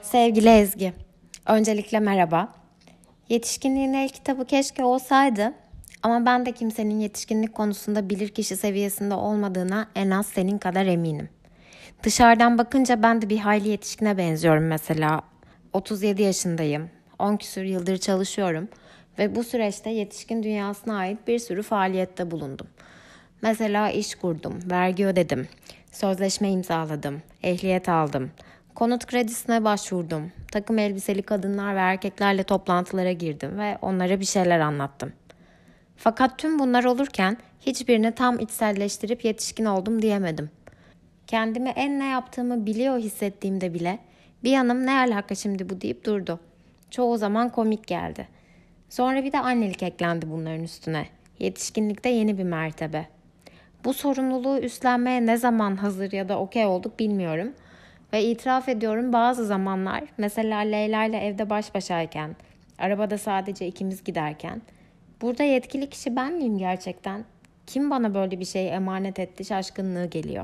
Sevgili Ezgi, öncelikle merhaba. Yetişkinliğin el kitabı keşke olsaydı ama ben de kimsenin yetişkinlik konusunda bilirkişi seviyesinde olmadığına en az senin kadar eminim. Dışarıdan bakınca ben de bir hayli yetişkine benziyorum mesela. 37 yaşındayım, 10 küsur yıldır çalışıyorum ve bu süreçte yetişkin dünyasına ait bir sürü faaliyette bulundum. Mesela iş kurdum, vergi ödedim, sözleşme imzaladım, ehliyet aldım, konut kredisine başvurdum, takım elbiseli kadınlar ve erkeklerle toplantılara girdim ve onlara bir şeyler anlattım. Fakat tüm bunlar olurken hiçbirini tam içselleştirip yetişkin oldum diyemedim. Kendimi en ne yaptığımı biliyor hissettiğimde bile bir yanım ne alaka şimdi bu deyip durdu. Çoğu zaman komik geldi. Sonra bir de annelik eklendi bunların üstüne. Yetişkinlikte yeni bir mertebe. Bu sorumluluğu üstlenmeye ne zaman hazır ya da okey olduk bilmiyorum. Ve itiraf ediyorum bazı zamanlar mesela Leyla ile evde baş başayken, arabada sadece ikimiz giderken burada yetkili kişi ben miyim gerçekten? Kim bana böyle bir şey emanet etti şaşkınlığı geliyor.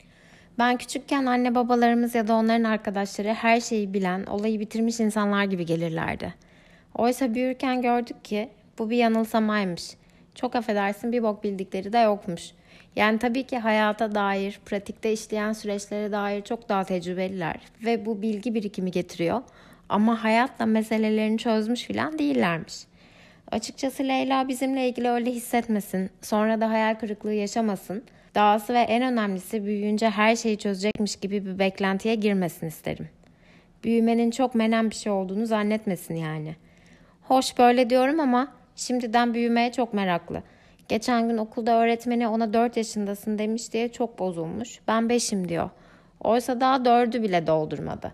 Ben küçükken anne babalarımız ya da onların arkadaşları her şeyi bilen, olayı bitirmiş insanlar gibi gelirlerdi. Oysa büyürken gördük ki bu bir yanılsamaymış. Çok affedersin bir bok bildikleri de yokmuş. Yani tabii ki hayata dair, pratikte işleyen süreçlere dair çok daha tecrübeliler ve bu bilgi birikimi getiriyor. Ama hayatla meselelerini çözmüş filan değillermiş. Açıkçası Leyla bizimle ilgili öyle hissetmesin, sonra da hayal kırıklığı yaşamasın. Dahası ve en önemlisi büyüyünce her şeyi çözecekmiş gibi bir beklentiye girmesin isterim. Büyümenin çok menen bir şey olduğunu zannetmesin yani. Hoş böyle diyorum ama şimdiden büyümeye çok meraklı. Geçen gün okulda öğretmeni ona 4 yaşındasın demiş diye çok bozulmuş. Ben 5'im diyor. Oysa daha 4'ü bile doldurmadı.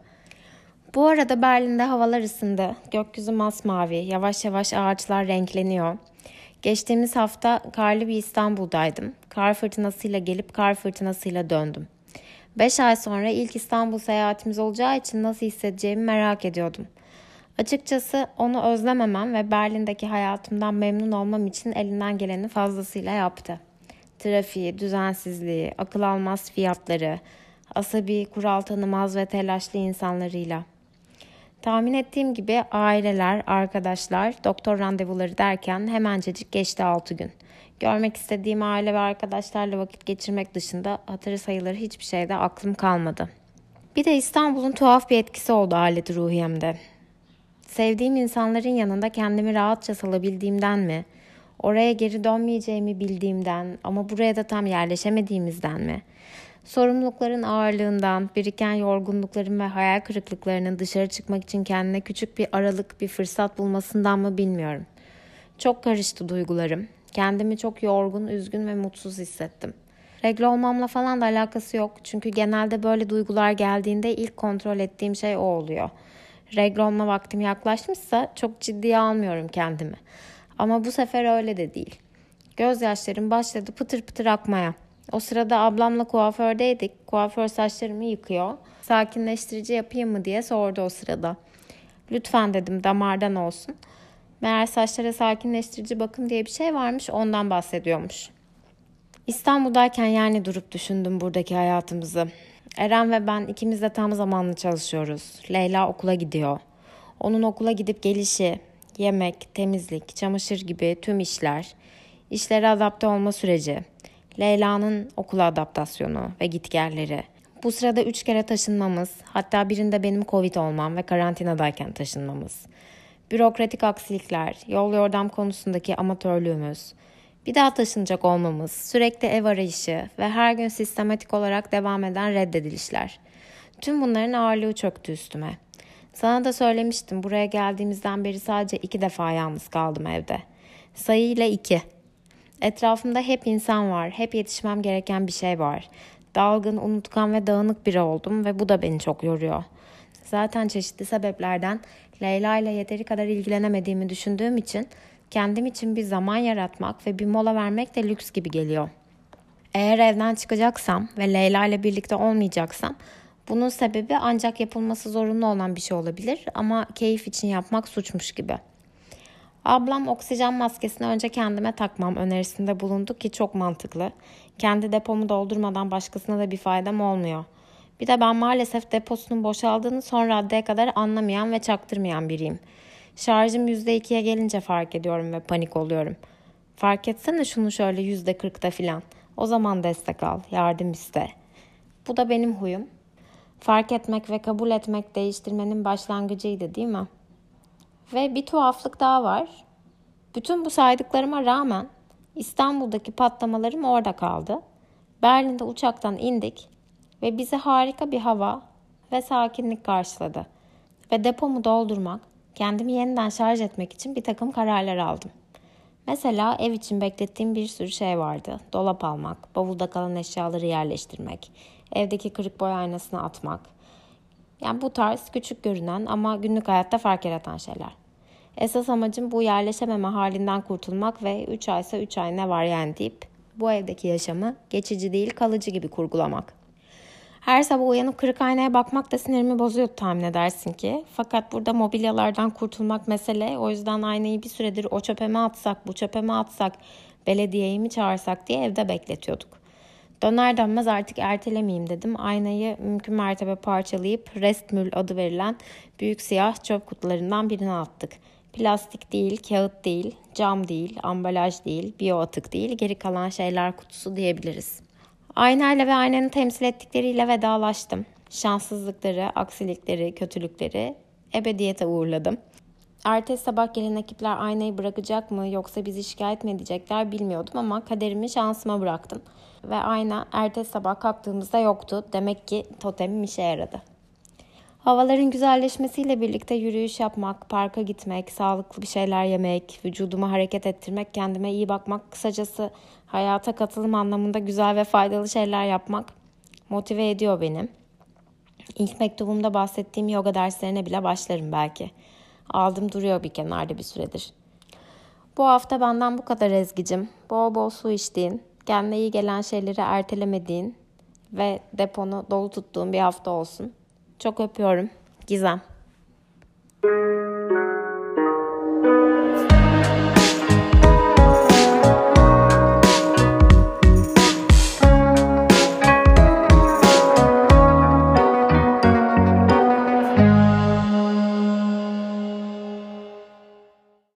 Bu arada Berlin'de havalar ısındı. Gökyüzü masmavi, yavaş yavaş ağaçlar renkleniyor. Geçtiğimiz hafta karlı bir İstanbul'daydım. Kar fırtınasıyla gelip kar fırtınasıyla döndüm. 5 ay sonra ilk İstanbul seyahatimiz olacağı için nasıl hissedeceğimi merak ediyordum. Açıkçası onu özlememem ve Berlin'deki hayatımdan memnun olmam için elinden geleni fazlasıyla yaptı. Trafiği, düzensizliği, akıl almaz fiyatları, asabi, kural tanımaz ve telaşlı insanlarıyla. Tahmin ettiğim gibi aileler, arkadaşlar, doktor randevuları derken hemencecik geçti 6 gün. Görmek istediğim aile ve arkadaşlarla vakit geçirmek dışında hatırı sayılır hiçbir şeyde aklım kalmadı. Bir de İstanbul'un tuhaf bir etkisi oldu alet ruhiyemde. Sevdiğim insanların yanında kendimi rahatça salabildiğimden mi? Oraya geri dönmeyeceğimi bildiğimden ama buraya da tam yerleşemediğimizden mi? Sorumlulukların ağırlığından, biriken yorgunlukların ve hayal kırıklıklarının dışarı çıkmak için kendine küçük bir aralık, bir fırsat bulmasından mı bilmiyorum. Çok karıştı duygularım. Kendimi çok yorgun, üzgün ve mutsuz hissettim. Regle olmamla falan da alakası yok. Çünkü genelde böyle duygular geldiğinde ilk kontrol ettiğim şey o oluyor. Regle olma vaktim yaklaşmışsa çok ciddiye almıyorum kendimi. Ama bu sefer öyle de değil. Gözyaşlarım başladı pıtır pıtır akmaya. O sırada ablamla kuafördeydik. Kuaför saçlarımı yıkıyor. Sakinleştirici yapayım mı diye sordu o sırada. Lütfen dedim damardan olsun. Meğer saçlara sakinleştirici bakım diye bir şey varmış, ondan bahsediyormuş. İstanbul'dayken yani durup düşündüm buradaki hayatımızı. Eren ve ben ikimiz de tam zamanlı çalışıyoruz. Leyla okula gidiyor. Onun okula gidip gelişi, yemek, temizlik, çamaşır gibi tüm işler, işlere adapte olma süreci, Leyla'nın okula adaptasyonu ve gitgelleri. Bu sırada 3 kere taşınmamız, hatta birinde benim Covid olmam ve karantinadayken taşınmamız. Bürokratik aksilikler, yol yordam konusundaki amatörlüğümüz, bir daha taşınacak olmamız, sürekli ev arayışı ve her gün sistematik olarak devam eden reddedilişler. Tüm bunların ağırlığı çöktü üstüme. Sana da söylemiştim, buraya geldiğimizden beri sadece 2 defa yalnız kaldım evde. Sayıyla 2. Etrafımda hep insan var, hep yetişmem gereken bir şey var. Dalgın, unutkan ve dağınık biri oldum ve bu da beni çok yoruyor. Zaten çeşitli sebeplerden Leyla ile yeteri kadar ilgilenemediğimi düşündüğüm için kendim için bir zaman yaratmak ve bir mola vermek de lüks gibi geliyor. Eğer evden çıkacaksam ve Leyla ile birlikte olmayacaksam bunun sebebi ancak yapılması zorunlu olan bir şey olabilir ama keyif için yapmak suçmuş gibi. Ablam oksijen maskesini önce kendime takmam önerisinde bulundu ki çok mantıklı. Kendi depomu doldurmadan başkasına da bir faydam olmuyor. Bir de ben maalesef deposunun boşaldığını son raddeye kadar anlamayan ve çaktırmayan biriyim. Şarjım %2'ye gelince fark ediyorum ve panik oluyorum. Fark etsene şunu şöyle %40'da filan. O zaman destek al, yardım iste. Bu da benim huyum. Fark etmek ve kabul etmek değiştirmenin başlangıcıydı, değil mi? Ve bir tuhaflık daha var. Bütün bu saydıklarıma rağmen İstanbul'daki patlamalarım orada kaldı. Berlin'de uçaktan indik ve bizi harika bir hava ve sakinlik karşıladı. Ve depomu doldurmak, kendimi yeniden şarj etmek için bir takım kararlar aldım. Mesela ev için beklettiğim bir sürü şey vardı. Dolap almak, bavulda kalan eşyaları yerleştirmek, evdeki kırık boya aynasını atmak. Yani bu tarz küçük görünen ama günlük hayatta fark yaratan şeyler. Esas amacım bu yerleşememe halinden kurtulmak ve 3 aysa 3 ay ne var yani deyip bu evdeki yaşamı geçici değil kalıcı gibi kurgulamak. Her sabah uyanıp kırık aynaya bakmak da sinirimi bozuyordu tahmin edersin ki. Fakat burada mobilyalardan kurtulmak mesele. O yüzden aynayı bir süredir o çöpe mi atsak, bu çöpe mi atsak, belediyeyi mi çağırsak diye evde bekletiyorduk. Döner dönmez artık ertelemeyeyim dedim. Aynayı mümkün mertebe parçalayıp Restmüll adı verilen büyük siyah çöp kutularından birine attık. Plastik değil, kağıt değil, cam değil, ambalaj değil, biyo atık değil, geri kalan şeyler kutusu diyebiliriz. Aynayla ve aynanın temsil ettikleriyle vedalaştım. Şanssızlıkları, aksilikleri, kötülükleri ebediyete uğurladım. Ertesi sabah gelen ekipler aynayı bırakacak mı yoksa bizi şikayet mi edecekler bilmiyordum ama kaderimi şansıma bıraktım. Ve ayna ertesi sabah kalktığımızda yoktu. Demek ki totemim işe yaradı. Havaların güzelleşmesiyle birlikte yürüyüş yapmak, parka gitmek, sağlıklı bir şeyler yemek, vücudumu hareket ettirmek, kendime iyi bakmak, kısacası hayata katılım anlamında güzel ve faydalı şeyler yapmak motive ediyor beni. İlk mektubumda bahsettiğim yoga derslerine bile başlarım belki. Aldım duruyor bir kenarda bir süredir. Bu hafta benden bu kadar Ezgi'cim. Bol bol su içtiğin, kendine iyi gelen şeyleri ertelemediğin ve deponu dolu tuttuğun bir hafta olsun. Çok öpüyorum. Gizem.